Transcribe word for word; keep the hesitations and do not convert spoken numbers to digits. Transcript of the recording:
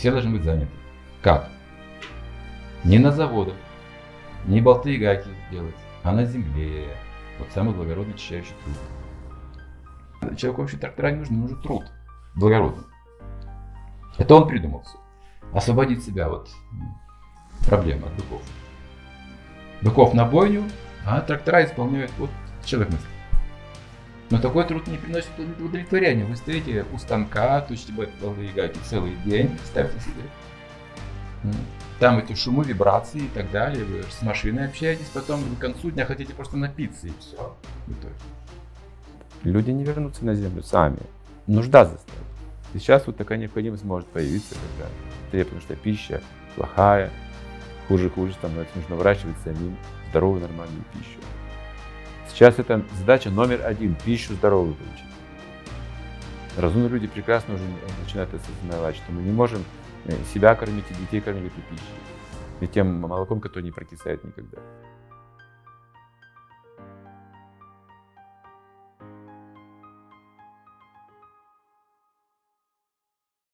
все должны быть заняты. Как? Не на заводах, не болты и гайки делать, а на земле. Вот самый благородный очищающий труд. Человеку вообще трактора не нужен, нужен труд благородный. Это он придумал все. Освободить себя от проблемы, от быков. Быков на бойню, а трактора исполняют вот человек мысли. Но такой труд не приносит удовлетворения. Вы стоите у станка, точите болты и гайки целый день, ставьте себе. Там эти шумы, вибрации и так далее. Вы с машиной общаетесь, потом к концу дня хотите просто напиться и все. Люди не вернутся на землю сами. Нужда заставит. Сейчас вот такая необходимость может появиться, когда, потому что пища плохая, хуже-хуже становится, нужно выращивать самим здоровую, нормальную пищу. Сейчас это задача номер один – пищу здоровую получить. Разумные люди прекрасно уже начинают осознавать, что мы не можем себя кормить и детей кормить этой пищей, и тем молоком, которое не прокисает никогда.